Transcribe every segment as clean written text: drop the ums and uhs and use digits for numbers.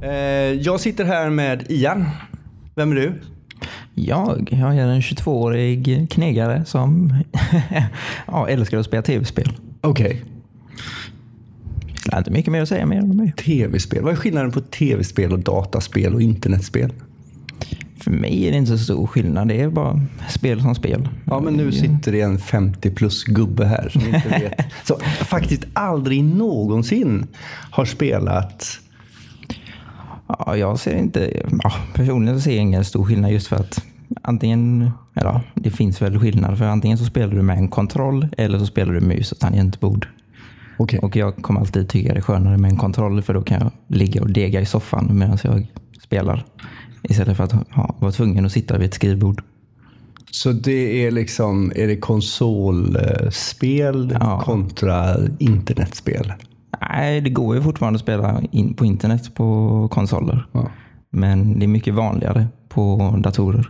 Jag sitter här med Ian. Vem är du? Jag är en 22-årig knegare som älskar att spela tv-spel. Okej. Det är inte mycket mer att säga mer om mig. Tv-spel. Vad är skillnaden på tv-spel och dataspel och internetspel? För mig är det inte så stor skillnad. Det är bara spel som spel. Ja, men nu sitter det en 50-plus gubbe här som inte vet. Så faktiskt aldrig någonsin har spelat. Ja, jag ser inte... Ja, personligen så ser jag ingen stor skillnad just för att antingen... Eller det finns väl skillnad för antingen så spelar du med en kontroll eller så spelar du mus och tangentbord. Okay. Och jag kommer alltid tycka det är skönare med en kontroll för då kan jag ligga och dega i soffan medan jag spelar. Istället för att vara tvungen att sitta vid ett skrivbord. Så det är liksom, är det konsolspel kontra internetspel? Nej, det går ju fortfarande att spela på internet på konsoler. Ja. Men det är mycket vanligare på datorer.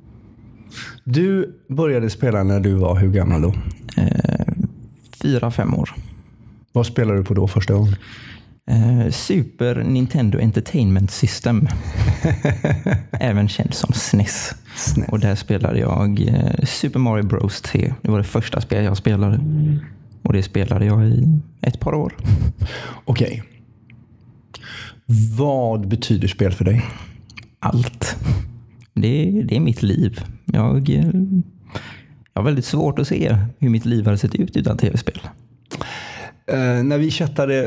Du började spela när du var hur gammal då? 4-5 år. Vad spelade du på då första gången? Super Nintendo Entertainment System. Även känd som SNES. Och där spelade jag Super Mario Bros 3. Det var det första spel jag spelade. Och det spelade jag i ett par år. Okej. Vad betyder spel för dig? Allt. Det är mitt liv. Jag har väldigt svårt att se hur mitt liv hade sett ut utan tv-spel. När vi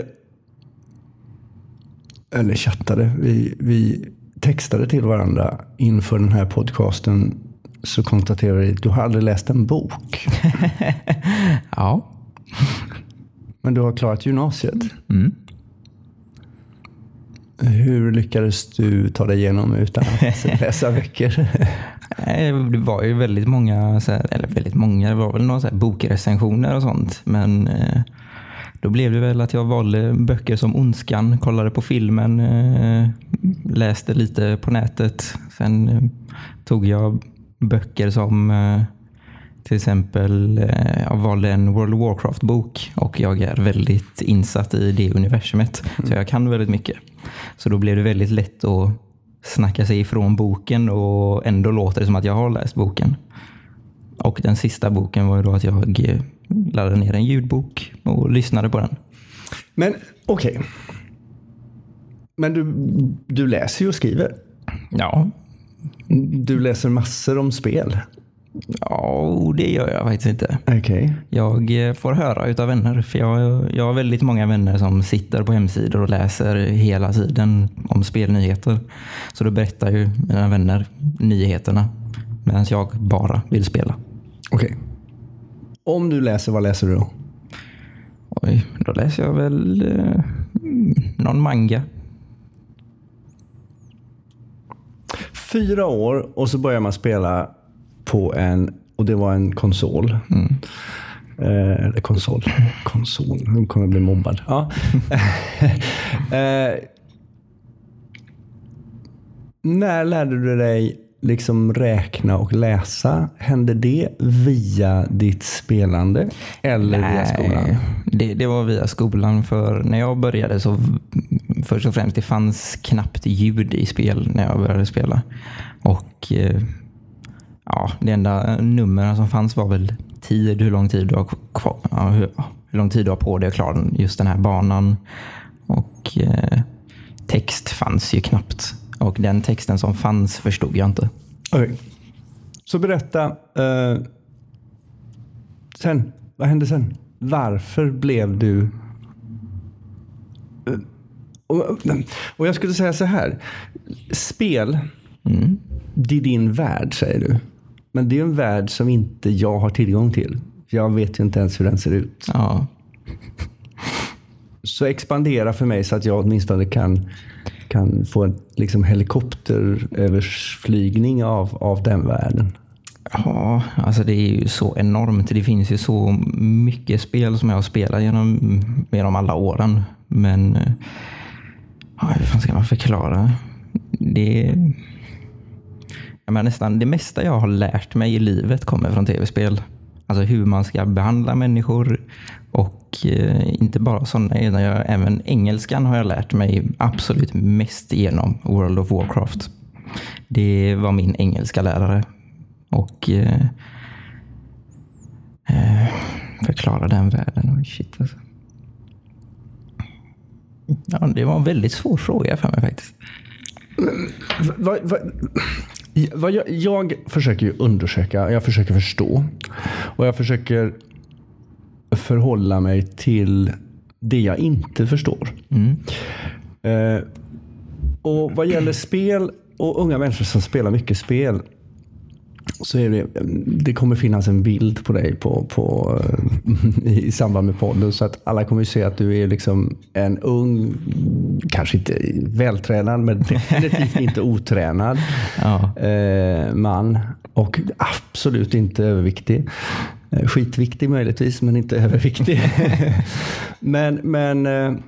vi textade till varandra inför den här podcasten så konstaterade vi att du har aldrig läst en bok. Ja. Men du har klarat gymnasiet. Mm. Hur lyckades du ta dig igenom utan att läsa böcker? Det var ju väldigt många, det var väl några bokrecensioner och sånt. Men då blev det väl att jag valde böcker som Ondskan, kollade på filmen, läste lite på nätet. Sen tog jag böcker som till exempel jag valde en World of Warcraft-bok och jag är väldigt insatt i det universumet. Så jag kan väldigt mycket. Så då blev det väldigt lätt att snacka sig ifrån boken och ändå låter det som att jag har läst boken. Och den sista boken var ju då att jag laddade ner en ljudbok och lyssnade på den. Men okej. Men du läser ju och skriver. Ja. Du läser massor om spel. Ja, det gör jag faktiskt inte. Okay. Jag får höra utav vänner. För jag har väldigt många vänner som sitter på hemsidor och läser hela tiden om spelnyheter. Så då berättar ju mina vänner nyheterna medan jag bara vill spela. Okej. Om du läser, vad läser du då? Oj, då läser jag väl någon manga. 4 år och så börjar man spela på och det var en konsol. Mm. Eller konsol. Nu kommer jag bli mobbad. Ja. När lärde du dig liksom räkna och läsa? Hände det via ditt spelande eller via skolan? Det var via skolan, för när jag började så först och främst det fanns knappt ljud i spel när jag började spela. Och det enda numren som fanns var väl tid, hur lång tid du har kvar, hur lång tid du har på dig att klara just den här banan. Och text fanns ju knappt. Och den texten som fanns förstod jag inte. Okej. Så berätta sen, vad hände sen? Varför blev du och jag skulle säga så här, spel det är din värld, säger du. Men det är en värld som inte jag har tillgång till. Jag vet ju inte ens hur den ser ut. Ja. Så expandera för mig så att jag åtminstone kan få en liksom helikopteröversflygning av den världen. Ja, alltså det är ju så enormt. Det finns ju så mycket spel som jag har spelat genom alla åren. Men hur fan ska man förklara? Nästan det mesta jag har lärt mig i livet kommer från tv-spel. Alltså hur man ska behandla människor och inte bara sådana, utan även engelskan har jag lärt mig absolut mest genom World of Warcraft. Det var min engelska lärare och förklara den världen. Oh, shit, alltså. Ja, det var en väldigt svår fråga för mig faktiskt. Jag försöker ju undersöka, jag försöker förstå och jag försöker förhålla mig till det jag inte förstår. Och vad gäller spel och unga människor som spelar mycket spel, så är det kommer finnas en bild på dig i samband med podden, så att alla kommer se att du är liksom en ung, kanske inte vältränad men definitivt inte otränad man, och absolut inte överviktig. Skitviktig möjligtvis, men inte överviktig. men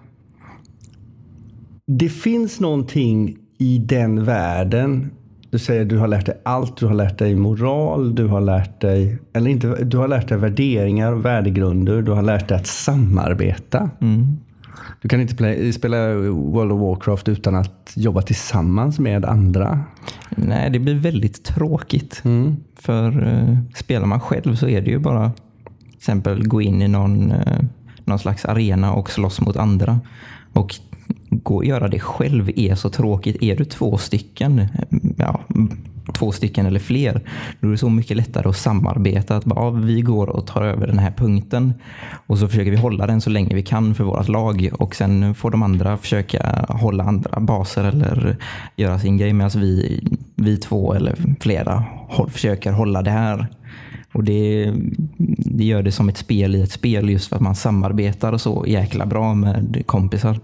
det finns någonting i den världen. Du säger att du har lärt dig allt. Du har lärt dig moral, du har lärt dig, eller inte, du har lärt dig värderingar, värdegrunder, du har lärt dig att samarbeta. Du kan inte spela World of Warcraft utan att jobba tillsammans med andra. Nej, det blir väldigt tråkigt. För spelar man själv så är det ju bara till exempel gå in i någon slags arena och slåss mot andra. Och gå och göra det själv är så tråkigt. Är du 2 stycken, 2 stycken eller fler, då är det så mycket lättare att samarbeta. Att bara, vi går och tar över den här punkten och så försöker vi hålla den så länge vi kan för vårt lag, och sen får de andra försöka hålla andra baser eller göra sin grej, medan vi 2 eller flera försöker hålla det här. Och det gör det som ett spel i ett spel, just för att man samarbetar och så jäkla bra med kompisar.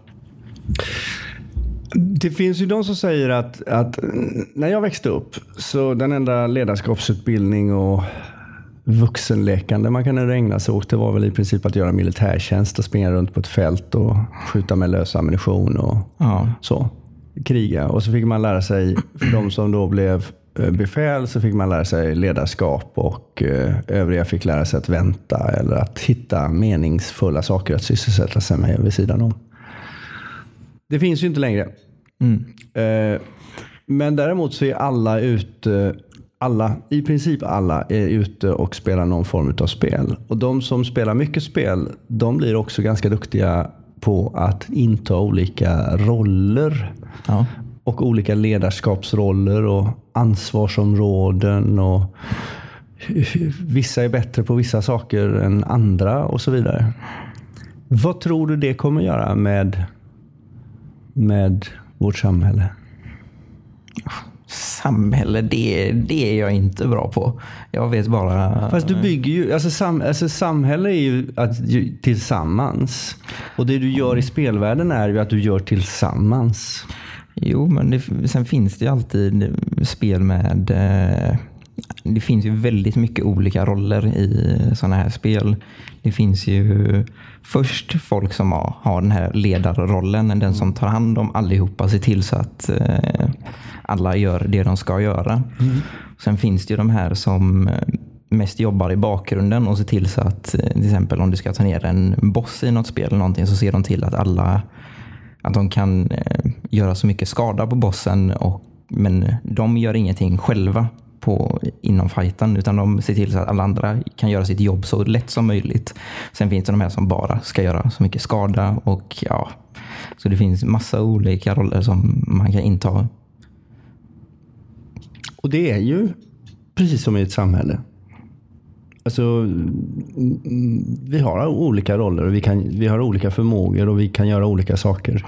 Det finns ju de som säger att när jag växte upp, så den enda ledarskapsutbildning och vuxenlekande man kan ägna sig åt, det var väl i princip att göra militärtjänst och springa runt på ett fält och skjuta med lös ammunition och så, kriga. Och så fick man lära sig, för de som då blev befäl, så fick man lära sig ledarskap, och övriga fick lära sig att vänta eller att hitta meningsfulla saker att sysselsätta sig med vid sidan om. Det finns ju inte längre. Men däremot så är i princip alla är ute och spelar någon form av spel. Och de som spelar mycket spel, de blir också ganska duktiga på att inta olika roller. Ja. Och olika ledarskapsroller och ansvarsområden, och vissa är bättre på vissa saker än andra och så vidare. Vad tror du det kommer göra med vårt samhälle? Samhälle, det är jag inte bra på. Jag vet bara... Fast du bygger ju... Alltså samhälle är ju tillsammans. Och det du gör i spelvärlden är ju att du gör tillsammans. Jo, men sen finns det ju alltid spel med... Det finns ju väldigt mycket olika roller i sådana här spel. Det finns ju först folk som har den här ledarrollen, den som tar hand om allihopa, ser till så att alla gör det de ska göra. Sen finns det ju de här som mest jobbar i bakgrunden och ser till så att till exempel om du ska ta ner en boss i något spel eller någonting, så ser de till att att de kan göra så mycket skada på bossen, men de gör ingenting själva inom fighten, utan de ser till så att alla andra kan göra sitt jobb så lätt som möjligt. Sen finns det de här som bara ska göra så mycket skada, och så det finns massa olika roller som man kan inta. Och det är ju precis som i ett samhälle. Alltså, vi har olika roller och vi har olika förmågor och vi kan göra olika saker.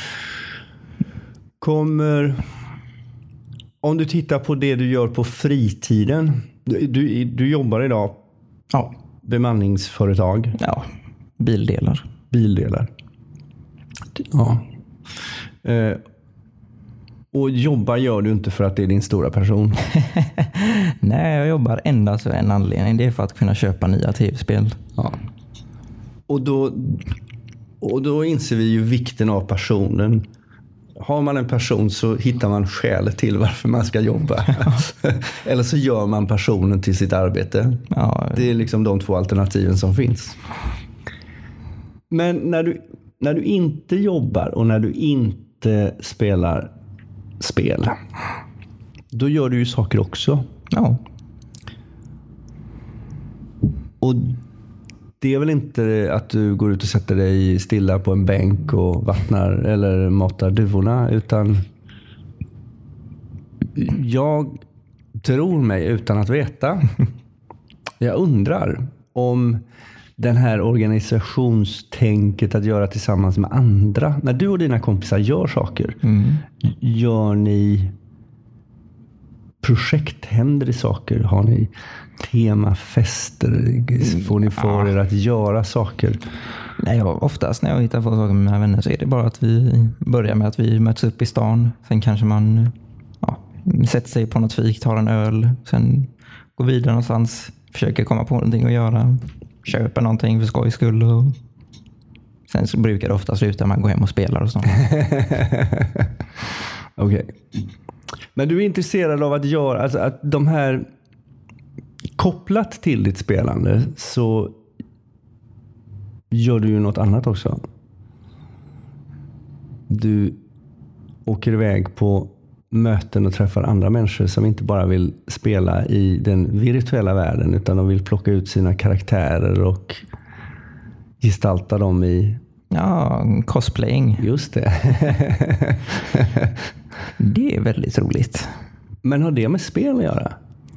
Om du tittar på det du gör på fritiden. Du jobbar idag. Ja. Bemanningsföretag. Ja. Bildelar. Ja. Och jobbar gör du inte för att det är din stora person? Nej, jag jobbar endast för en anledning. Det är för att kunna köpa nya tv-spel. Ja. Och då inser vi ju vikten av passionen. har man en person så hittar man skälet till varför man ska jobba. Eller så gör man personen till sitt arbete. Ja. Det är liksom de 2 alternativen som finns. Men när du inte jobbar och när du inte spelar spel, då gör du ju saker också. Ja. Och det är väl inte att du går ut och sätter dig stilla på en bänk och vattnar eller matar duvorna, utan jag tror mig utan att veta. Jag undrar om den här organisationstänket att göra tillsammans med andra. När du och dina kompisar gör saker, gör ni projekthänder i saker? Har ni temafester? Får ni för er att göra saker? Nej, oftast när jag hittar på saker med mina vänner så är det bara att vi börjar med att vi möts upp i stan. Sen kanske man sätter sig på något fik, tar en öl. Sen går vidare någonstans, försöker komma på någonting att göra. Köper någonting för skojs skull. Och sen så brukar det ofta sluta med att gå hem och spela och sånt. Okej. Men du är intresserad av att göra, alltså att de här, kopplat till ditt spelande så gör du ju något annat också. Du åker iväg på möten och träffar andra människor som inte bara vill spela i den virtuella världen, utan de vill plocka ut sina karaktärer och gestalta dem i... Ja, cosplaying. Just det. Det är väldigt roligt. Men har det med spel att göra?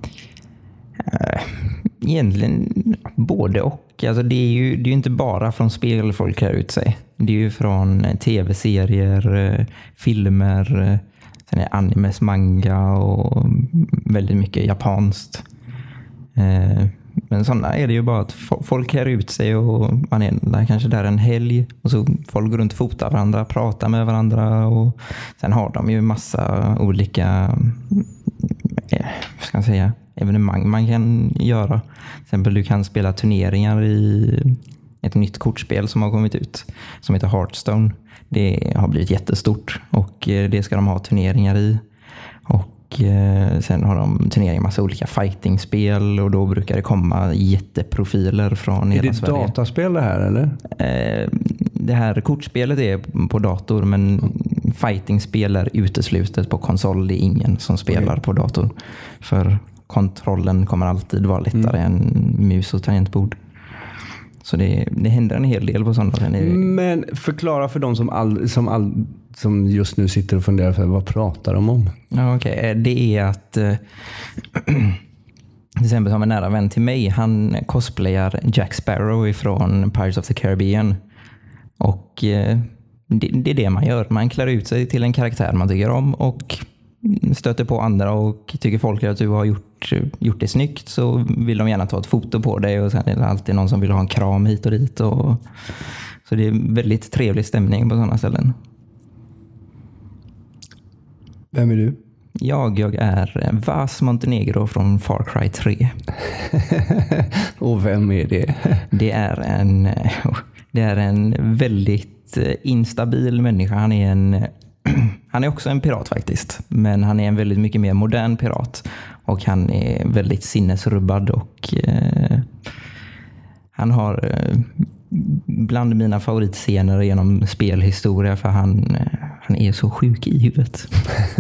Egentligen både och. Alltså det är ju inte bara från spel folk klär ut sig. Det är ju från tv-serier, filmer, sen är animes, manga och väldigt mycket japanskt. Men sådana är det ju bara att folk klär ut sig och man är där, kanske där en helg och så folk går runt och fotar varandra, pratar med varandra och sen har de ju massa olika ska jag säga, evenemang man kan göra. Till exempel du kan spela turneringar i ett nytt kortspel som har kommit ut som heter Hearthstone. Det har blivit jättestort och det ska de ha turneringar i. Och sen har de turneringar i massa olika fightingspel och då brukar det komma jätteprofiler från hela Sverige. Är det dataspel det här eller? Det här kortspelet är på dator, men fightingspel är uteslutet på konsol. Det är ingen som spelar på dator. För kontrollen kommer alltid vara lättare än mus och tangentbord. Så det händer en hel del på sådana. Men förklara för de som just nu sitter och funderar för vad pratar de om? Ja, okej. Det är att till exempel som en nära vän till mig, han cosplayar Jack Sparrow ifrån Pirates of the Caribbean. Och det är det man gör. Man klär ut sig till en karaktär man tycker om och stöter på andra och tycker folk att du har gjort det snyggt, så vill de gärna ta ett foto på dig och sen är det alltid någon som vill ha en kram hit och dit. Så det är väldigt trevlig stämning på sådana ställen. Vem är du? Jag är Vas Montenegro från Far Cry 3. Och vem är det? Det är en väldigt instabil människa. Han är också en pirat faktiskt, men han är en väldigt mycket mer modern pirat och han är väldigt sinnesrubbad och han har bland mina favoritscener genom spelhistoria, för han är så sjuk i huvudet.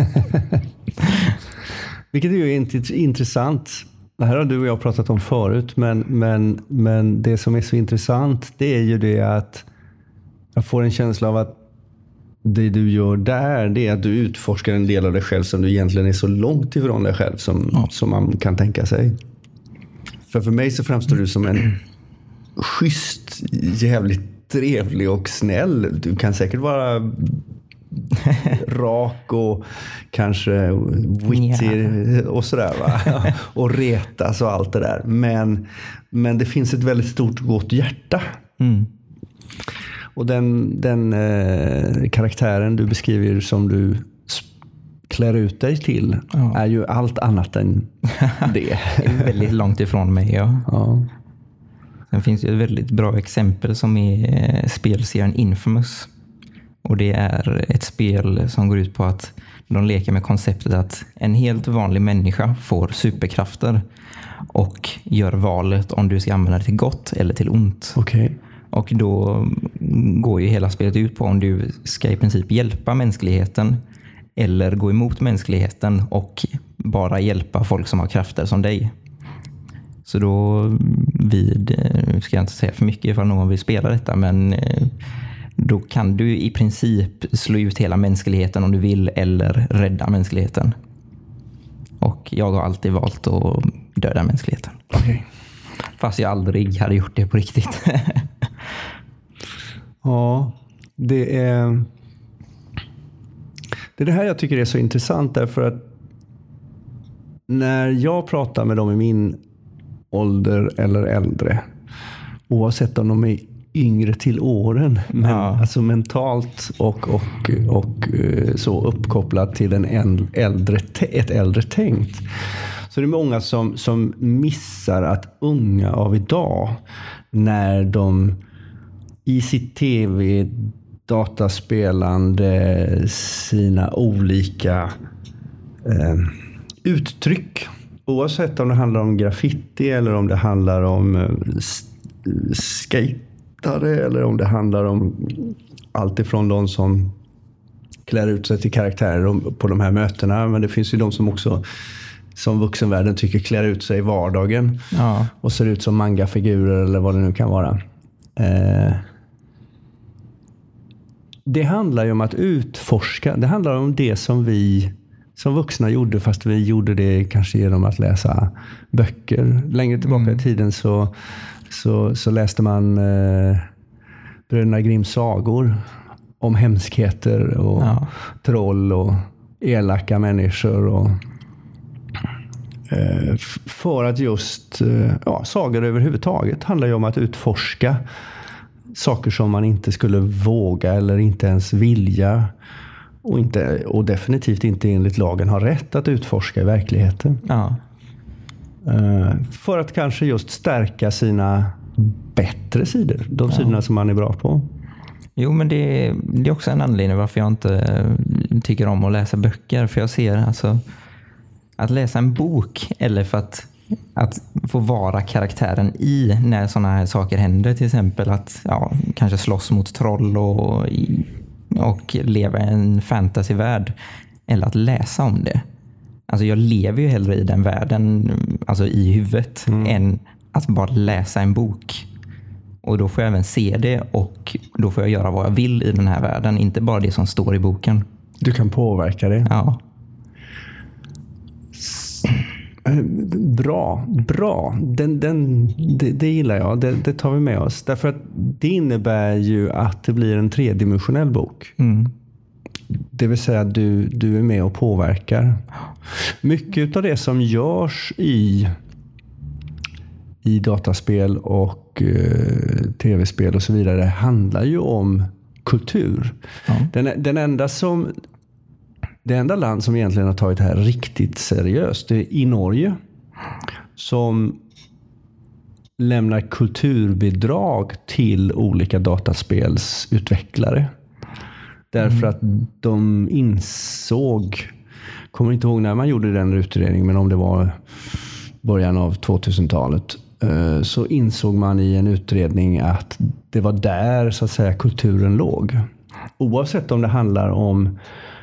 Vilket är ju intressant. Det här har du och jag pratat om förut, men det som är så intressant, det är ju det att jag får en känsla av att det du gör där, det är att du utforskar en del av dig själv som du egentligen är så långt ifrån dig själv som man kan tänka sig. För mig så framstår du som en schysst, jävligt trevlig och snäll. Du kan säkert vara rak och kanske witty och sådär, va? Och retas och allt det där. Men det finns ett väldigt stort gott hjärta. Mm. Och den karaktären du beskriver som du klär ut dig till är ju allt annat än det. Det är väldigt långt ifrån mig, ja. Sen finns det ett väldigt bra exempel som är spelserien Infamous. Och det är ett spel som går ut på att de leker med konceptet att en helt vanlig människa får superkrafter och gör valet om du ska använda det till gott eller till ont. Okay. Och då går ju hela spelet ut på om du ska i princip hjälpa mänskligheten eller gå emot mänskligheten och bara hjälpa folk som har krafter som dig. Så då ska jag inte säga för mycket ifall någon vill spela detta, men då kan du i princip slå ut hela mänskligheten om du vill eller rädda mänskligheten. Och jag har alltid valt att döda mänskligheten. Okay. Fast jag aldrig hade gjort det på riktigt. Ja, det är det här jag tycker är så intressant, därför att när jag pratar med dem i min ålder eller äldre, oavsett om de är yngre till åren, men alltså mentalt och så uppkopplat till ett äldre tänkt, så det är många som missar att unga av idag, när de i sitt tv, dataspelande, sina olika uttryck, oavsett om det handlar om graffiti eller om det handlar om skatare eller om det handlar om allt ifrån de som klär ut sig till karaktärer på de här mötena, men det finns ju de som också som vuxenvärlden tycker klär ut sig i vardagen och ser ut som mangafigurer eller vad det nu kan vara. Det handlar ju om att utforska. Det handlar om det som vi som vuxna gjorde, fast vi gjorde det kanske genom att läsa böcker. Längre tillbaka i tiden så läste man Bröderna Grimms sagor om hemskheter och troll och elaka människor. Och, för att just sagor överhuvudtaget handlar ju om att utforska saker som man inte skulle våga eller inte ens vilja och definitivt inte enligt lagen har rätt att utforska i verkligheten. Ja. För att kanske just stärka sina bättre sidor, de sidorna som man är bra på. Jo, men det är också en anledning varför jag inte tycker om att läsa böcker, för jag ser alltså att läsa en bok eller för att få vara karaktären i när sådana här saker händer, till exempel att kanske slåss mot troll och leva i en fantasyvärld, eller att läsa om det. Alltså jag lever ju hellre i den världen, alltså i huvudet, än att bara läsa en bok. Och då får jag även se det och då får jag göra vad jag vill i den här världen, inte bara det som står i boken. Du kan påverka det. Ja. Bra. Det gillar jag. Det tar vi med oss. Därför att det innebär ju att det blir en tredimensionell bok. Det vill säga att du är med och påverkar. Mycket av det som görs i dataspel och tv-spel och så vidare handlar ju om kultur. Det enda land som egentligen har tagit det här riktigt seriöst, det är i Norge, som lämnar kulturbidrag till olika dataspelsutvecklare. Därför att de insåg, kommer inte ihåg när man gjorde den utredningen, men om det var början av 2000-talet, så insåg man i en utredning att det var där så att säga kulturen låg. Oavsett om det handlar om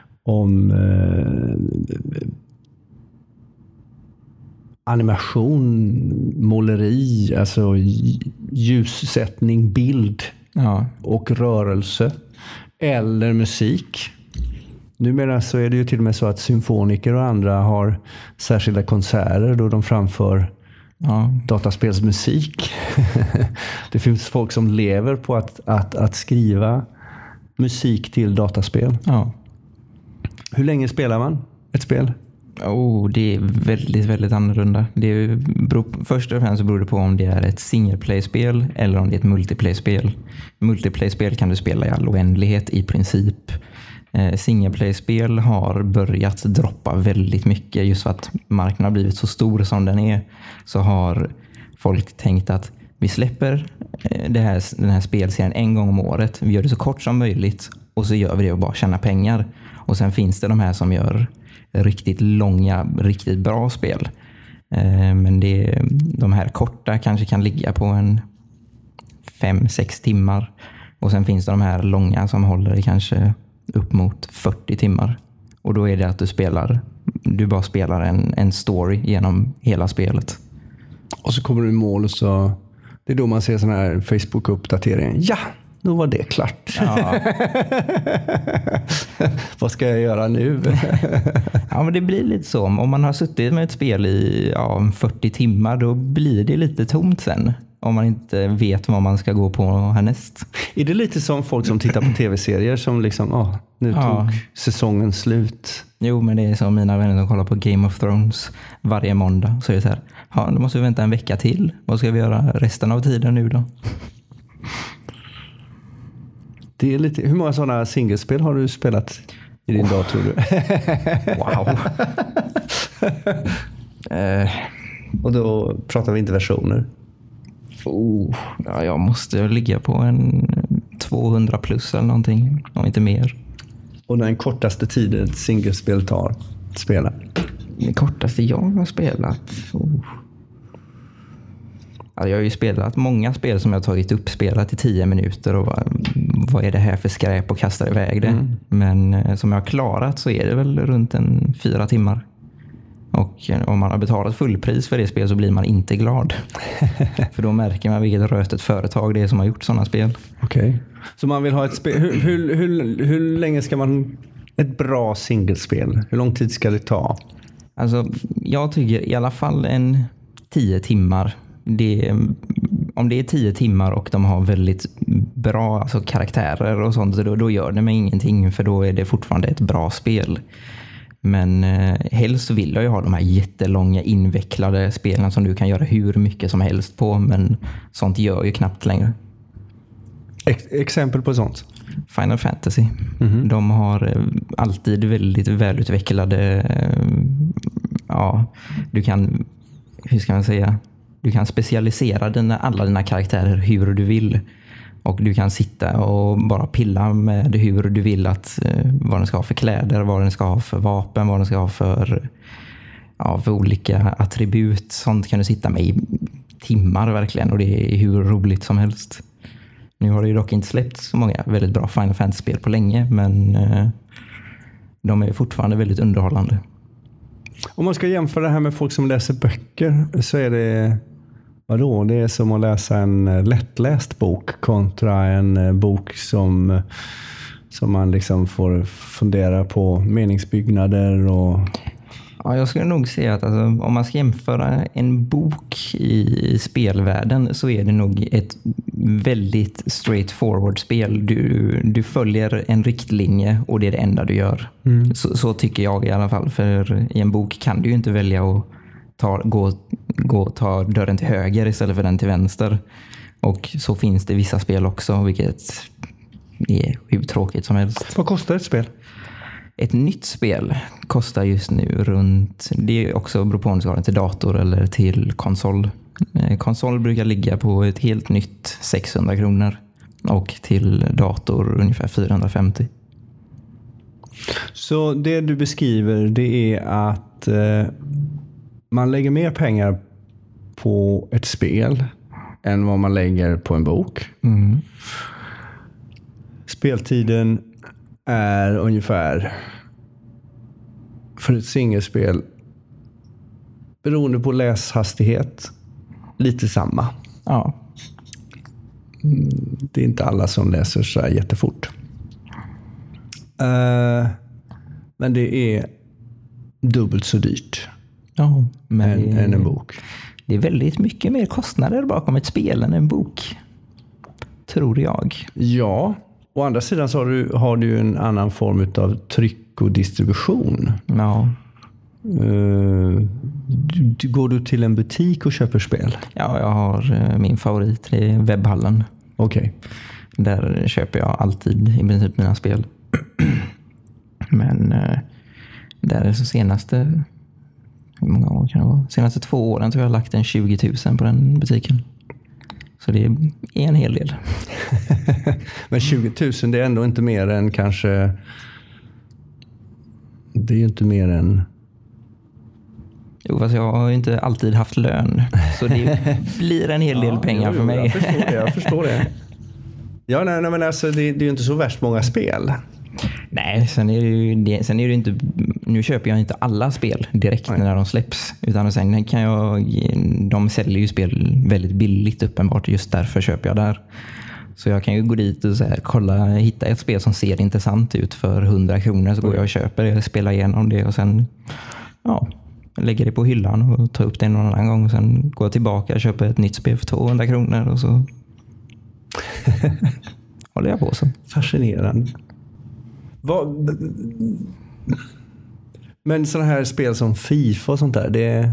animation, måleri, alltså ljussättning, bild och rörelse, eller musik. Numera så är det ju till och med så att symfoniker och andra har särskilda konserter då de framför dataspelsmusik. Det finns folk som lever på att skriva musik till dataspel. Ja. Hur länge spelar man ett spel? Det är väldigt, väldigt annorlunda. Först och främst så beror det på om det är ett single-play-spel eller om det är ett multiplayer-spel. Multiplayer-spel kan du spela i all oändlighet i princip. Single-play-spel har börjat droppa väldigt mycket just för att marknaden har blivit så stor som den är. Så har folk tänkt att vi släpper den här spelserien en gång om året. Vi gör det så kort som möjligt och så gör vi det och bara tjäna pengar. Och sen finns det de här som gör riktigt långa, riktigt bra spel. Men de här korta kanske kan ligga på en 5-6 timmar. Och sen finns det de här långa som håller kanske upp mot 40 timmar. Och då är det att du bara spelar en story genom hela spelet. Och så kommer du i mål och så... Det är då man ser sån här Facebook-uppdatering. Ja, då var det klart. Ja. Vad ska jag göra nu? Ja, men det blir lite så. Om man har suttit med ett spel i 40 timmar, då blir det lite tomt sen. Om man inte vet vad man ska gå på härnäst. Är det lite som folk som tittar på tv-serier som liksom, nu tog säsongen slut? Jo, men det är som mina vänner som kollar på Game of Thrones varje måndag. Så är det så här, då måste vi vänta en vecka till. Vad ska vi göra resten av tiden nu då? Det är lite, hur många sådana singelspel har du spelat i din dator? Wow. Och då pratar vi inte versioner. Jag måste ligga på en 200 plus eller någonting, om inte mer. Och den kortaste tiden ett singelspel tar att spela? Det kortaste jag har spelat? Jag har ju spelat många spel som jag har tagit upp, spelat i 10 minuter och vad är det här för skräp och kastar iväg det. Men som jag har klarat så är det väl runt 4 timmar. Och om man har betalat fullpris för det spel så blir man inte glad. För då märker man vilket rötet företag det är som har gjort sådana spel. Okej. Så man vill ha ett spel. Hur länge ska man... Ett bra singelspel, hur lång tid ska det ta? Alltså, jag tycker i alla fall 10 timmar. Om det är 10 timmar och de har väldigt bra karaktärer och sånt, då gör det mig ingenting, för då är det fortfarande ett bra spel. Men helst vill jag ju ha de här jättelånga invecklade spelen som du kan göra hur mycket som helst på, men sånt gör ju knappt längre. Exempel på sånt? Final Fantasy. De har alltid väldigt välutvecklade, du kan, hur ska man säga, du kan specialisera alla dina karaktärer hur du vill. Och du kan sitta och bara pilla med hur du vill vad den ska ha för kläder, vad den ska ha för vapen, vad den ska ha för olika attribut. Sånt kan du sitta med i timmar verkligen, och det är hur roligt som helst. Nu har det ju dock inte släppt så många väldigt bra Final Fantasy-spel på länge, men de är fortfarande väldigt underhållande. Om man ska jämföra det här med folk som läser böcker, så är det... Vadå? Det är som att läsa en lättläst bok kontra en bok som man liksom får fundera på meningsbyggnader och... Ja, jag skulle nog säga att om man ska jämföra en bok i spelvärlden så är det nog ett väldigt straightforward spel. Du följer en riktlinje och det är det enda du gör. Så tycker jag i alla fall. För i en bok kan du ju inte välja att ta dörren till höger istället för den till vänster. Och så finns det vissa spel också, vilket är hur tråkigt som helst. Vad kostar ett spel? Ett nytt spel kostar just nu runt, det är också beror på om du ska ha till dator eller till konsol. Konsol brukar ligga på ett helt nytt 600 kronor och till dator ungefär 450. Så det du beskriver, det är att man lägger mer pengar på ett spel än vad man lägger på en bok. Speltiden är ungefär för ett singelspel, beroende på läshastighet, lite samma. Ja. Det är inte alla som läser så här jättefort. Men det är dubbelt så dyrt än en bok. Det är väldigt mycket mer kostnader bakom ett spel än en bok, tror jag. Ja. Å andra sidan så har du en annan form av tryck och distribution. Ja. Går du till en butik och köper spel? Ja, jag har min favorit i webbhallen. Okej. Där köper jag alltid i princip mina spel. Men där är så senaste... Hur många år kan det vara? Senaste 2 åren tror jag har lagt en 20 000 på den butiken. Så det är en hel del. Men 20 000 det är ändå inte mer än kanske... Det är ju inte mer än... Jo, fast jag har ju inte alltid haft lön. Så det blir en hel del pengar för mig. Jag förstår det. Ja, nej, men alltså det är ju inte så värst många spel. Nej, sen är det inte... Nu köper jag inte alla spel direkt när de släpps. Utan sen kan de säljer ju spel väldigt billigt uppenbart. Just därför köper jag där. Så jag kan ju gå dit och så här, hitta ett spel som ser intressant ut för 100 kronor. Så går jag och köper det, spelar igenom det och sen lägger det på hyllan och tar upp det någon annan gång. Och sen går jag tillbaka och köper ett nytt spel för 200 kronor och så håller jag på så. Fascinerande. Men sådana här spel som FIFA och sånt där, det är...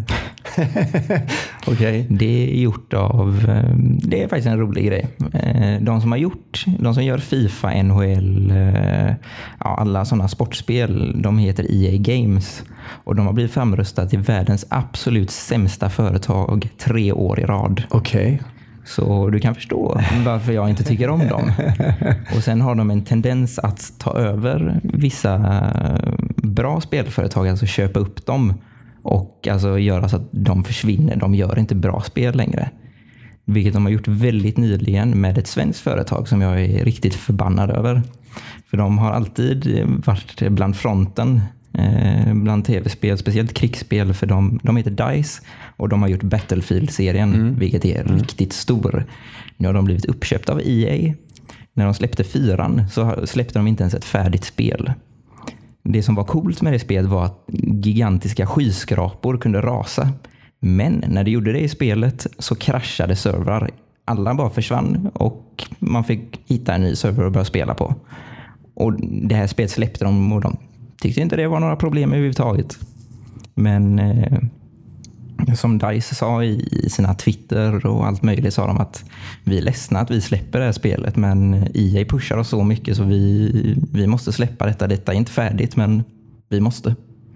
Okay. Det är gjort av... Det är faktiskt en rolig grej. De som gör FIFA, NHL, alla sådana sportspel, de heter EA Games. Och de har blivit framröstade till världens absolut sämsta företag 3 år i rad. Okej. Okay. Så du kan förstå varför jag inte tycker om dem. Och sen har de en tendens att ta över vissa bra spelföretag, alltså köpa upp dem och alltså göra så att de försvinner. De gör inte bra spel längre. Vilket de har gjort väldigt nyligen med ett svenskt företag som jag är riktigt förbannad över. För de har alltid varit bland fronten bland tv-spel, speciellt krigsspel, för de heter DICE och de har gjort Battlefield-serien, vilket är riktigt stor. Nu har de blivit uppköpta av EA. När de släppte 4 så släppte de inte ens ett färdigt spel. Det som var coolt med det spelet var att gigantiska skyskrapor kunde rasa. Men när det gjorde det i spelet så kraschade servrar. Alla bara försvann och man fick hitta en ny server att börja spela på. Och det här spelet släppte de och de tyckte inte det var några problem överhuvudtaget. Men som DICE sa i sina Twitter och allt möjligt, sa de att vi är ledsna att vi släpper det här spelet, men EA pushar oss så mycket så vi måste släppa detta. Detta är inte färdigt, men vi måste.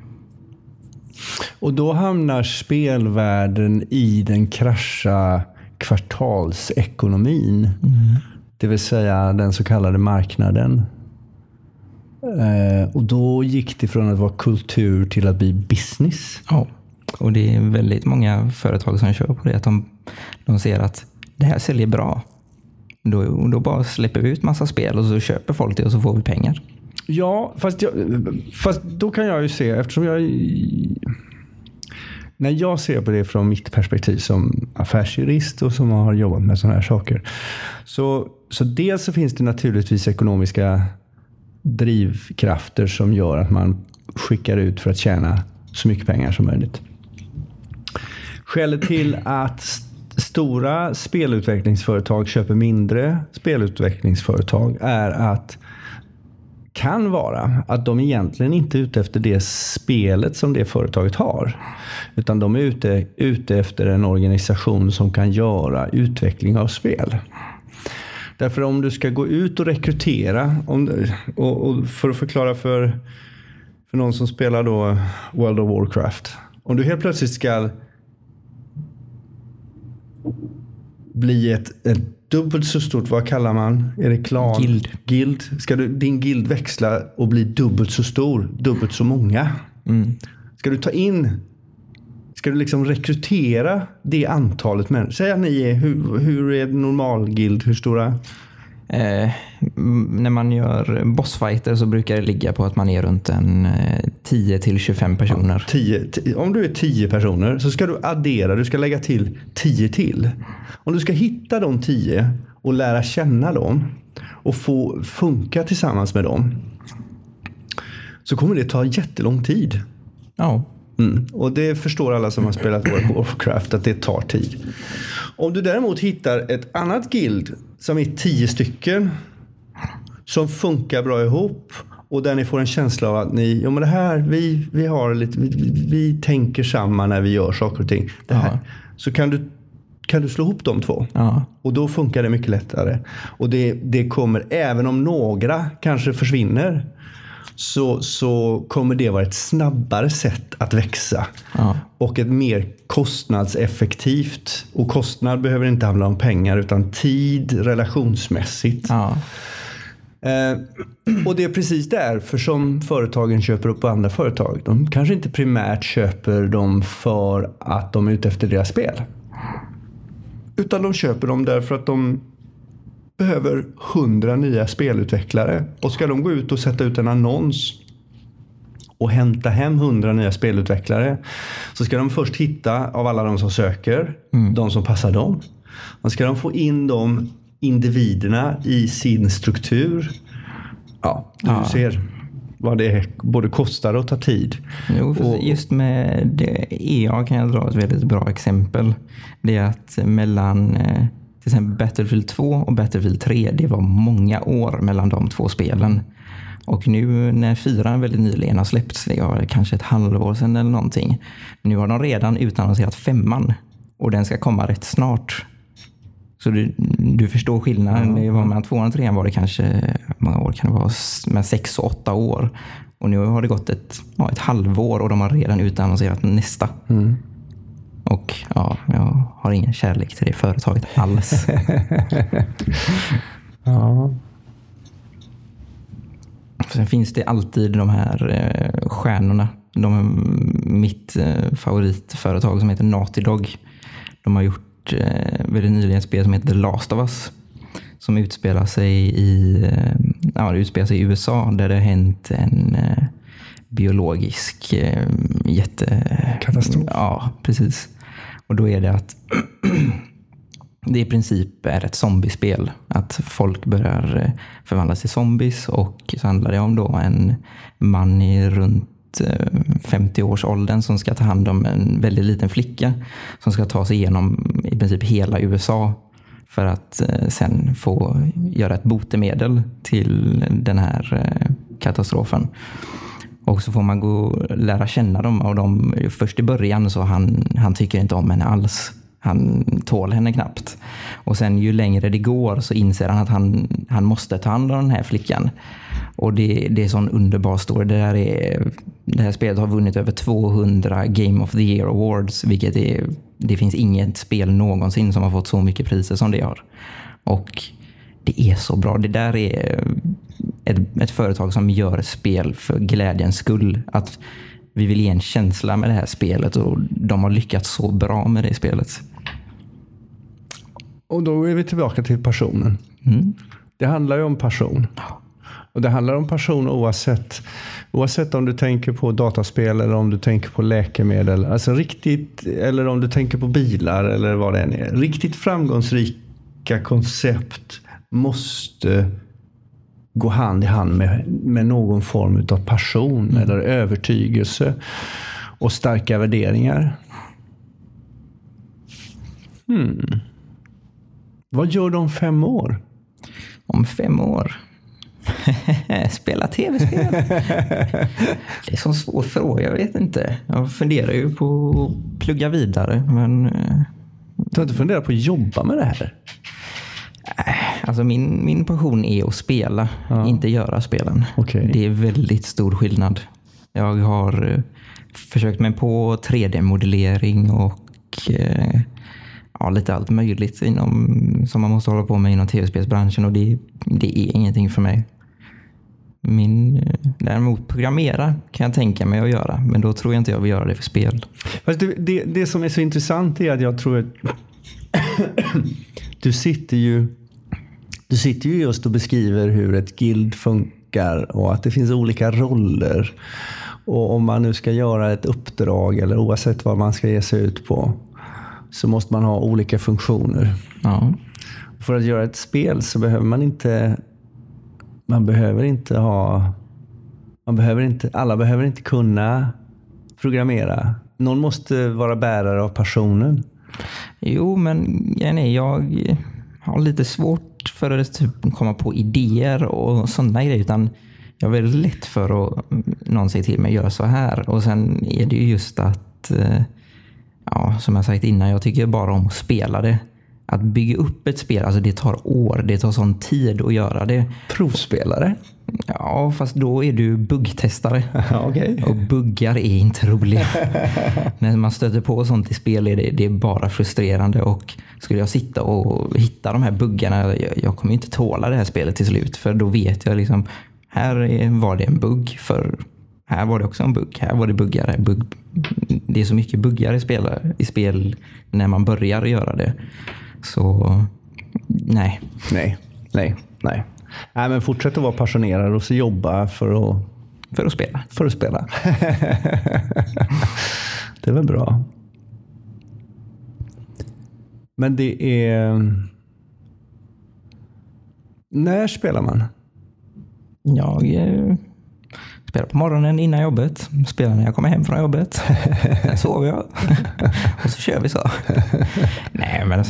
Och då hamnar spelvärlden i den krascha kvartalsekonomin. Det vill säga den så kallade marknaden. Och då gick det från att vara kultur till att bli business. Ja, och det är väldigt många företag som kör på det. Att de ser att det här säljer bra. Då bara släpper vi ut massa spel och så köper folk det och så får vi pengar. Ja, fast då kan jag ju se, eftersom när jag ser på det från mitt perspektiv som affärsjurist och som har jobbat med sådana här saker, så dels så finns det naturligtvis ekonomiska drivkrafter som gör att man skickar ut för att tjäna så mycket pengar som möjligt. Skälet till att stora spelutvecklingsföretag köper mindre spelutvecklingsföretag kan vara att de egentligen inte är ute efter det spelet som det företaget har, utan de är ute efter en organisation som kan göra utveckling av spel. Därför om du ska gå ut och rekrytera, och för att förklara för någon som spelar då World of Warcraft, om du helt plötsligt ska bli ett dubbelt så stort, vad kallar man? Är det klan? Guild. Ska din guild växla och bli dubbelt så stor, dubbelt så många? Ska du liksom rekrytera det antalet människor? Säg att ni är, hur är normal guild? Hur stora? När man gör bossfighter så brukar det ligga på att man är runt 10-25 personer. Om du är 10 personer så ska du ska lägga till 10 till. Om du ska hitta de 10 och lära känna dem och få funka tillsammans med dem, så kommer det ta jättelång tid. Ja. Och det förstår alla som har spelat World of Warcraft, att det tar tid. Om du däremot hittar ett annat guild som är 10 stycken som funkar bra ihop, och där ni får en känsla av att men det här, vi tänker samma när vi gör saker och ting. Det här. Så kan du slå ihop de två. Ja. Och då funkar det mycket lättare. Och det kommer, även om några kanske försvinner, så kommer det vara ett snabbare sätt att växa. Ja. Och ett mer kostnadseffektivt. Och kostnad behöver inte handla om pengar utan tid relationsmässigt. Ja. Och det är precis därför som företagen köper upp andra företag. De kanske inte primärt köper dem för att de är ute efter deras spel. Utan de köper dem därför att de behöver 100 nya spelutvecklare. Och ska de gå ut och sätta ut en annons och hämta hem 100 nya spelutvecklare, så ska de först hitta av alla de som söker, de som passar dem. Och ska de få in de individerna i sin struktur. Ja, du ser vad det både kostar och tar tid. Jo, för just med det EA kan jag dra ett väldigt bra exempel. Det är att mellan till exempel Battlefield 2 och Battlefield 3, det var många år mellan de två spelen. Och nu när 4 väldigt nyligen har släppts, det var kanske ett halvår sedan eller någonting. Nu har de redan utannonserat 5:an och den ska komma rätt snart. Så du förstår skillnaden. Det var mellan 2 och 3 var det kanske, många år kan det vara, med 6 och 8 år. Och nu har det gått ett halvår och de har redan utannonserat nästa. Och ja, jag har ingen kärlek till det företaget alls. Ja. Sen finns det alltid de här stjärnorna. Mitt favoritföretag som heter Naughty Dog. De har gjort väldigt nyligen ett spel som heter The Last of Us, som utspelar sig i USA, där det har hänt en biologisk katastrof. Ja, precis. Och då är det att det i princip är ett zombiespel. Att folk börjar förvandlas till zombies, och så handlar det om då en man i runt 50-årsåldern som ska ta hand om en väldigt liten flicka som ska ta sig igenom i princip hela USA för att sen få göra ett botemedel till den här katastrofen. Och så får man gå och lära känna dem, och först i början så han tycker inte om henne alls. Han tål henne knappt. Och sen ju längre det går så inser han att han måste ta hand om den här flickan. Och det är sån underbar story. Det här spelet har vunnit över 200 Game of the Year Awards, vilket det finns inget spel någonsin som har fått så mycket priser som det har. Och det är så bra. Det där är ett företag som gör spel för glädjens skull. Att vi vill ge en känsla med det här spelet, och de har lyckats så bra med det spelet. Och då är vi tillbaka till passionen. Det handlar ju om passion. Och det handlar om passion oavsett om du tänker på dataspel eller om du tänker på läkemedel. Alltså riktigt, eller om du tänker på bilar eller vad det än är. Riktigt framgångsrika koncept måste gå hand i hand med någon form av passion eller övertygelse och starka värderingar. Vad gör du om 5 år? Om 5 år? Spela tv-spel. Det är en sån svår fråga, jag vet inte. Jag funderar ju på att plugga vidare, men... Du har inte funderat på att jobba med det här? Alltså min passion är att spela, inte göra spelen. Okay. Det är väldigt stor skillnad. Jag har försökt mig på 3D-modellering och lite allt möjligt som man måste hålla på med inom tv-spelsbranschen, och det är ingenting för mig. Däremot programmera kan jag tänka mig att göra, men då tror jag inte jag vill göra det för spel. Fast det som är så intressant är att jag tror att du sitter ju just och beskriver hur ett guild funkar och att det finns olika roller. Och om man nu ska göra ett uppdrag eller oavsett vad man ska ge sig ut på, så måste man ha olika funktioner. Ja. För att göra ett spel så behöver alla behöver inte kunna programmera. Någon måste vara bärare av passionen. Jo, men jag har lite svårt för att typ komma på idéer och sådana grejer, utan jag är väldigt lätt för att någon säger till mig göra så här. Och sen är det ju just att som jag sagt innan, jag tycker bara om att spela det. att bygga upp ett spel, alltså det tar år, det tar sån tid att göra det. Provspelare? Ja, fast då är du buggtestare. Okay. Och buggar är inte roliga. När man stöter på sånt i spel är det är bara frustrerande, och skulle jag sitta och hitta de här buggarna, jag kommer inte tåla det här spelet till slut, för då vet jag liksom, här var det en bugg, för här var det också en bugg, här var det buggare. Det är så mycket buggar i spel när man börjar göra det. Så nej. Nej, men fortsätt att vara passionerad och så jobba för att spela. Det är väl bra. Men det är... När spelar man? Jag spelar på morgonen innan jobbet. Spelar när jag kommer hem från jobbet. Sen sover jag. Och så kör vi så. Nej, men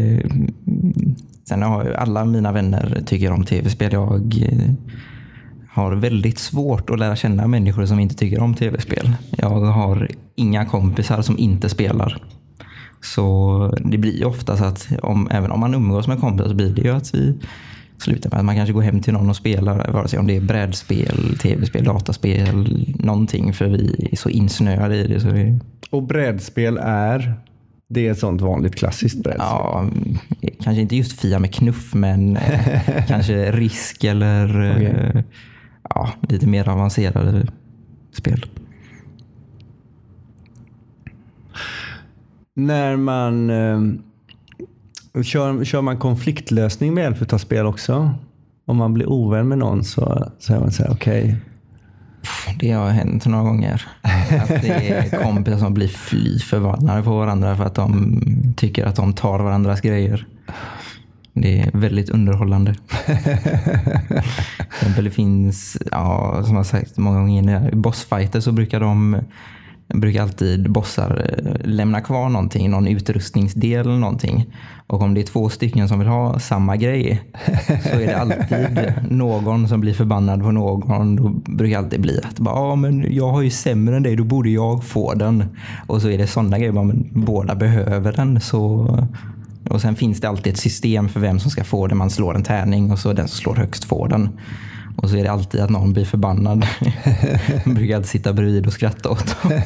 sen har alla mina vänner tycker om tv-spel. Jag har väldigt svårt att lära känna människor som inte tycker om tv-spel. Jag har inga kompisar som inte spelar. Så det blir ju ofta så att även om man umgås med kompisar, så blir det ju att vi slutar med att man kanske går hem till någon och spelar, vare sig om det är brädspel, tv-spel, dataspel, någonting, för vi är så insnöade i det. Så Och brädspel det är ett sånt vanligt klassiskt brädspel? Ja, kanske inte just Fia med knuff, men kanske Risk eller okay. Lite mer avancerade spel. När man kör man konfliktlösning med hjälp av spel också? Om man blir ovän med någon så är man så här, okej. Det har hänt några gånger. Att det är kompisar som blir fly förbannade på varandra för att de tycker att de tar varandras grejer. Det är väldigt underhållande. Det finns, som jag sagt många gånger, i bossfighter så brukar alltid bossar lämna kvar någonting, någon utrustningsdel eller någonting. Och om det är 2 stycken som vill ha samma grej, så är det alltid någon som blir förbannad på någon. Då brukar alltid bli att men jag har ju sämre än dig, då borde jag få den. Och så är det sådana grejer, men båda behöver den. Och sen finns det alltid ett system för vem som ska få det. Man slår en tärning och så den som slår högst får den. Och så är det alltid att någon blir förbannad. Man brukar alltid sitta bredvid och skratta åt dem.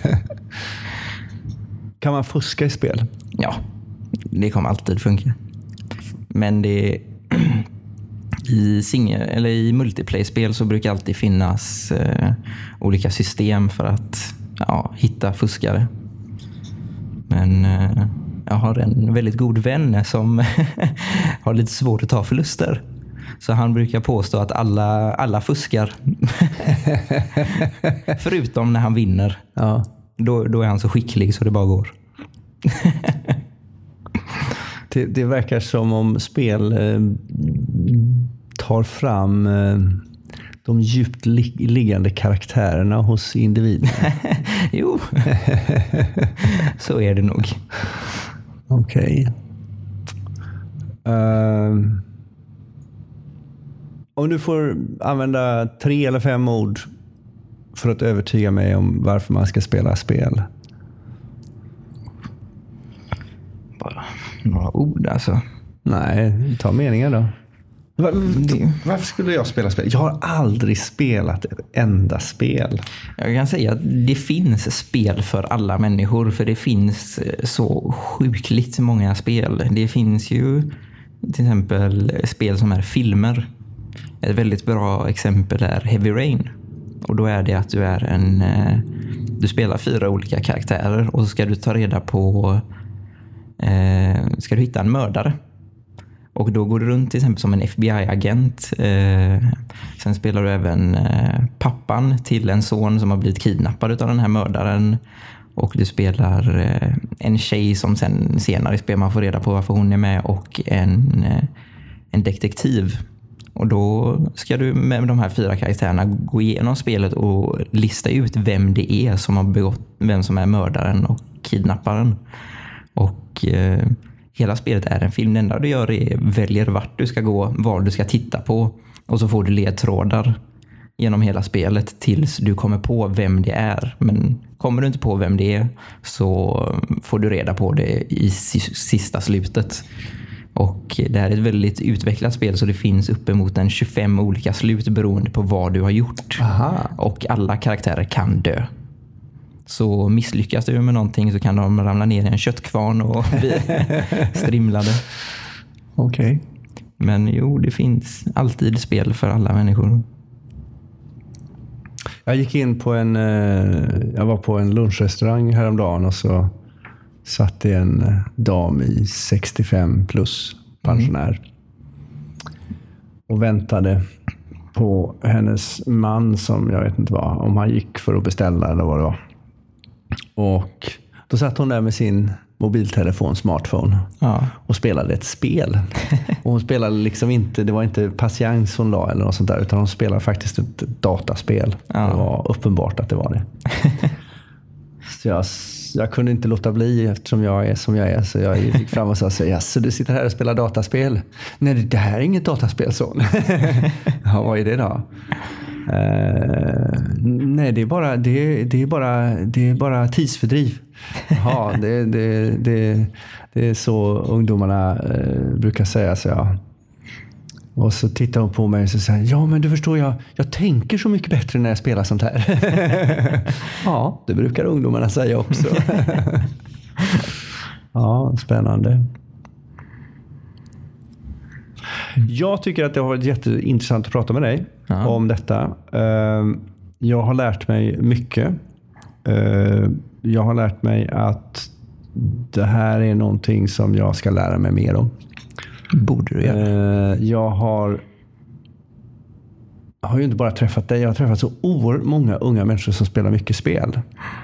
Kan man fuska i spel? Ja, det kommer alltid funka. Men i multiplayer-spel så brukar alltid finnas olika system för att hitta fuskare. Men jag har en väldigt god vän som har lite svårt att ta förluster. Så han brukar påstå att alla fuskar. Förutom när han vinner. Ja. Då är han så skicklig så det bara går. Det verkar som om spel tar fram de djupt liggande karaktärerna hos individen. Jo, så är det nog. Okej. Om du får använda 3 eller 5 ord för att övertyga mig om varför man ska spela spel. Bara några ord alltså. Nej, ta meningar då. Varför skulle jag spela spel? Jag har aldrig spelat ett enda spel. Jag kan säga att det finns spel för alla människor, för det finns så sjukligt många spel. Det finns ju till exempel spel som är filmer. Ett väldigt bra exempel är Heavy Rain. Och då är det att du spelar 4 olika karaktärer och så ska du ta reda på ska du hitta en mördare. Och då går du runt till exempel som en FBI-agent. Sen spelar du även pappan till en son som har blivit kidnappad av den här mördaren. Och du spelar en tjej som sen senare i spel man får reda på varför hon är med, och en detektiv. Och då ska du med de här 4 karaktärerna gå igenom spelet och lista ut vem det är som har begått, vem som är mördaren och kidnapparen. Och hela spelet är en film. Det enda du gör är väljer vart du ska gå, vad du ska titta på, och så får du ledtrådar. genom hela spelet tills du kommer på vem det är. Men kommer du inte på vem det är så får du reda på det i sista slutet. Och det här är ett väldigt utvecklat spel så det finns uppemot 25 olika slut beroende på vad du har gjort. Aha. Och alla karaktärer kan dö. Så misslyckas du med någonting så kan de ramla ner i en köttkvarn och bli strimlade. Okej. Men jo, det finns alltid spel för alla människor. Jag gick in på jag var på en lunchrestaurang häromdagen och så satt det en dam i 65 plus pensionär och väntade på hennes man som jag vet inte vad, om han gick för att beställa eller vad det var. Och då satt hon där med sin mobiltelefon, smartphone och spelade ett spel. Och hon spelade liksom inte, det var inte patiens hon la eller något sånt där, utan hon spelade faktiskt ett dataspel. Det var uppenbart att det var det. Så jag kunde inte låta bli eftersom jag är som jag är. Så jag gick fram och sa så du sitter här och spelar dataspel? Nej, det här är inget dataspel, så. Ja, vad är det då? Nej, det är bara tidsfördriv. Ja, det är så ungdomarna brukar säga, så ja. Och så tittar hon på mig och så säger ja, men du förstår, jag tänker så mycket bättre när jag spelar sånt här. Ja, det brukar ungdomarna säga också. Ja, spännande. Jag tycker att det har varit jätteintressant att prata med dig om detta. Jag har lärt mig mycket. Jag har lärt mig att det här är någonting som jag ska lära mig mer om. Borde du göra. Jag har ju inte bara träffat dig. Jag har träffat så oerhört många unga människor som spelar mycket spel.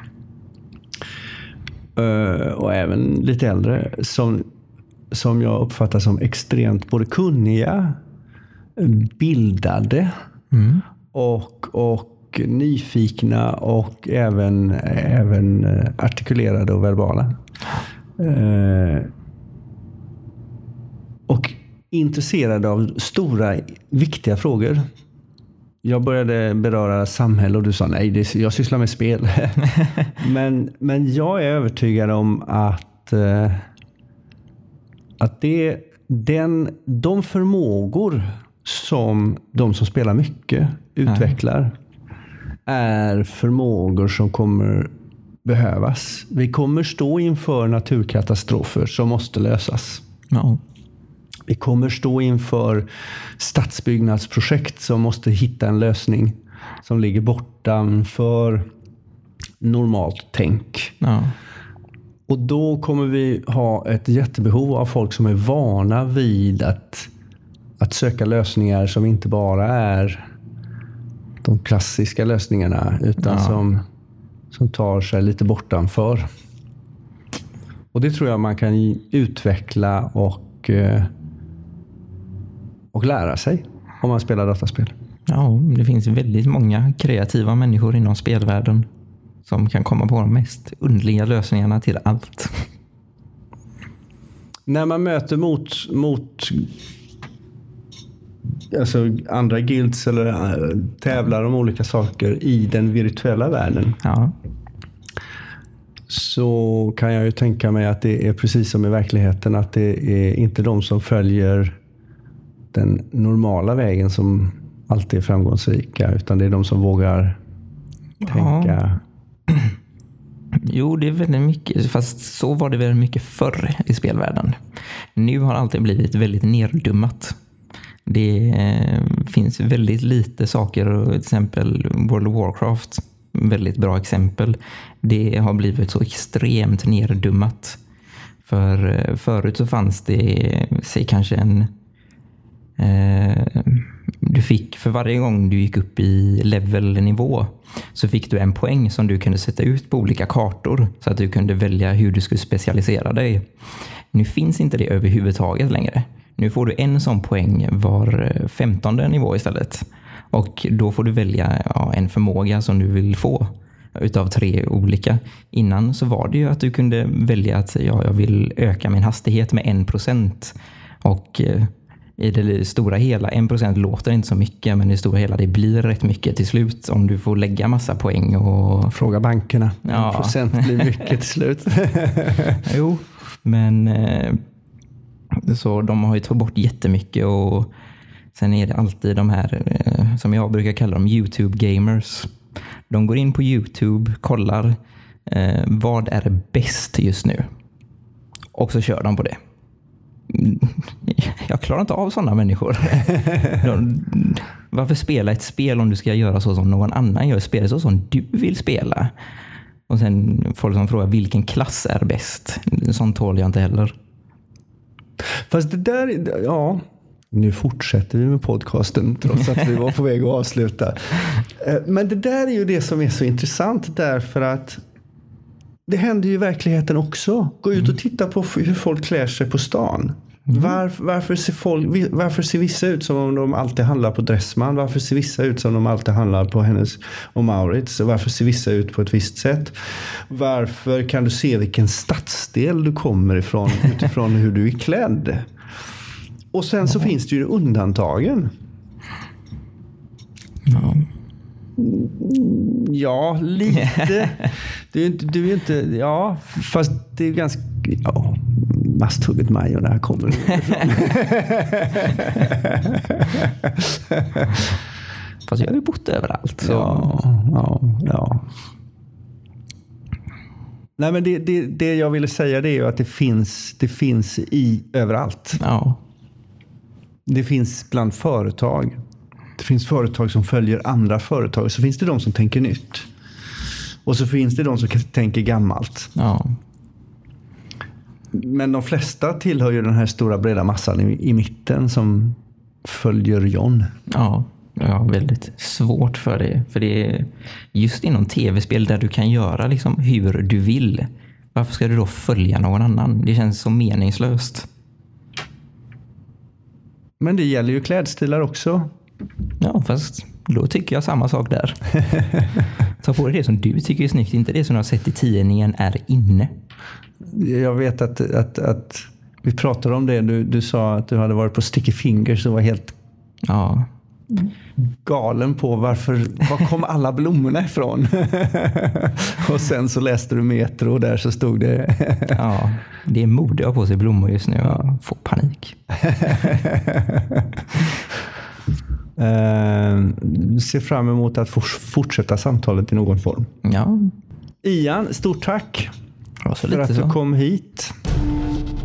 Och även lite äldre som jag uppfattar som extremt både kunniga, bildade och nyfikna och även artikulerade och verbala. Och intresserade av stora, viktiga frågor. Jag började beröra samhälle och du sa nej, jag sysslar med spel. men jag är övertygad om att de förmågor som de som spelar mycket utvecklar är förmågor som kommer behövas. Vi kommer stå inför naturkatastrofer som måste lösas. Ja. Vi kommer stå inför stadsbyggnadsprojekt som måste hitta en lösning som ligger bortanför normalt tänk. Ja. Och då kommer vi ha ett jättebehov av folk som är vana vid att söka lösningar som inte bara är de klassiska lösningarna utan som tar sig lite bortanför. Och det tror jag man kan utveckla och lära sig om man spelar dataspel. Ja, det finns väldigt många kreativa människor inom spelvärlden som kan komma på de mest underliga lösningarna till allt. När man möter mot alltså andra guilds eller tävlar om olika saker i den virtuella världen, så kan jag ju tänka mig att det är precis som i verkligheten, att det är inte de som följer den normala vägen som alltid är framgångsrika, utan det är de som vågar tänka. Jo, det är väldigt mycket, fast så var det väldigt mycket förr i spelvärlden. Nu har allt blivit väldigt neddummat. Det finns väldigt lite saker, till exempel World of Warcraft, väldigt bra exempel. Det har blivit så extremt neddummat. För förut så fanns det, säg kanske du fick för varje gång du gick upp i levelnivå så fick du en poäng som du kunde sätta ut på olika kartor så att du kunde välja hur du skulle specialisera dig. Nu finns inte det överhuvudtaget längre. Nu får du en sån poäng var 15:e nivå istället. Och då får du välja en förmåga som du vill få utav 3 olika. Innan så var det ju att du kunde välja att jag vill öka min hastighet med 1%. Och i det stora hela, 1% låter inte så mycket, men i det stora hela det blir rätt mycket till slut om du får lägga massa poäng och... Fråga bankerna. Ja. 1% blir mycket till slut. Jo, men så de har ju tagit bort jättemycket och sen är det alltid de här som jag brukar kalla dem YouTube-gamers. De går in på YouTube, kollar vad är bäst just nu och så kör de på det. Jag klarar inte av sådana människor. Varför spela ett spel om du ska göra så som någon annan gör? Spela så som du vill spela. Och sen folk som frågar vilken klass är bäst. Sånt tål jag inte heller. Fast det där, ja... Nu fortsätter vi med podcasten trots att vi var på väg att avsluta. Men det där är ju det som är så intressant därför att det händer ju i verkligheten också. Gå ut och titta på hur folk klär sig på stan. Varför ser vissa ut som om de alltid handlar på Dressman? Varför ser vissa ut som om de alltid handlar på Hennes och Mauritz? Varför ser vissa ut på ett visst sätt? Varför kan du se vilken stadsdel du kommer ifrån utifrån hur du är klädd? Och sen så finns det ju undantagen. Ja. Ja, lite. Du är ju inte... Ja, fast det är ju ganska... Ja, masthugget Majo, där kommer det ifrån. Fast jag har ju bott överallt. Så. Ja. Nej, men det jag ville säga det är ju att det finns i överallt. Ja. Det finns bland företag. Det finns företag som följer andra företag. Så finns det de som tänker nytt. Och så finns det de som tänker gammalt. Ja. Men de flesta tillhör ju den här stora breda massan i mitten som följer John. Ja, väldigt svårt för det. För det är just inom tv-spel där du kan göra liksom hur du vill. Varför ska du då följa någon annan? Det känns så meningslöst. Men det gäller ju klädstilar också. Ja, fast då tycker jag samma sak där. Ta på dig det som du tycker är snyggt, inte det som du har sett i tidningen är inne. Jag vet att vi pratade om det. Du sa att du hade varit på Sticky Fingers och var helt galen på var kom alla blommorna ifrån? Och sen så läste du Metro och där så stod det... Ja, det är mode att ha på sig blommor just nu. Jag får panik. Ser fram emot att fortsätta samtalet i någon form. Ja. Ian, stort tack för att du kom hit.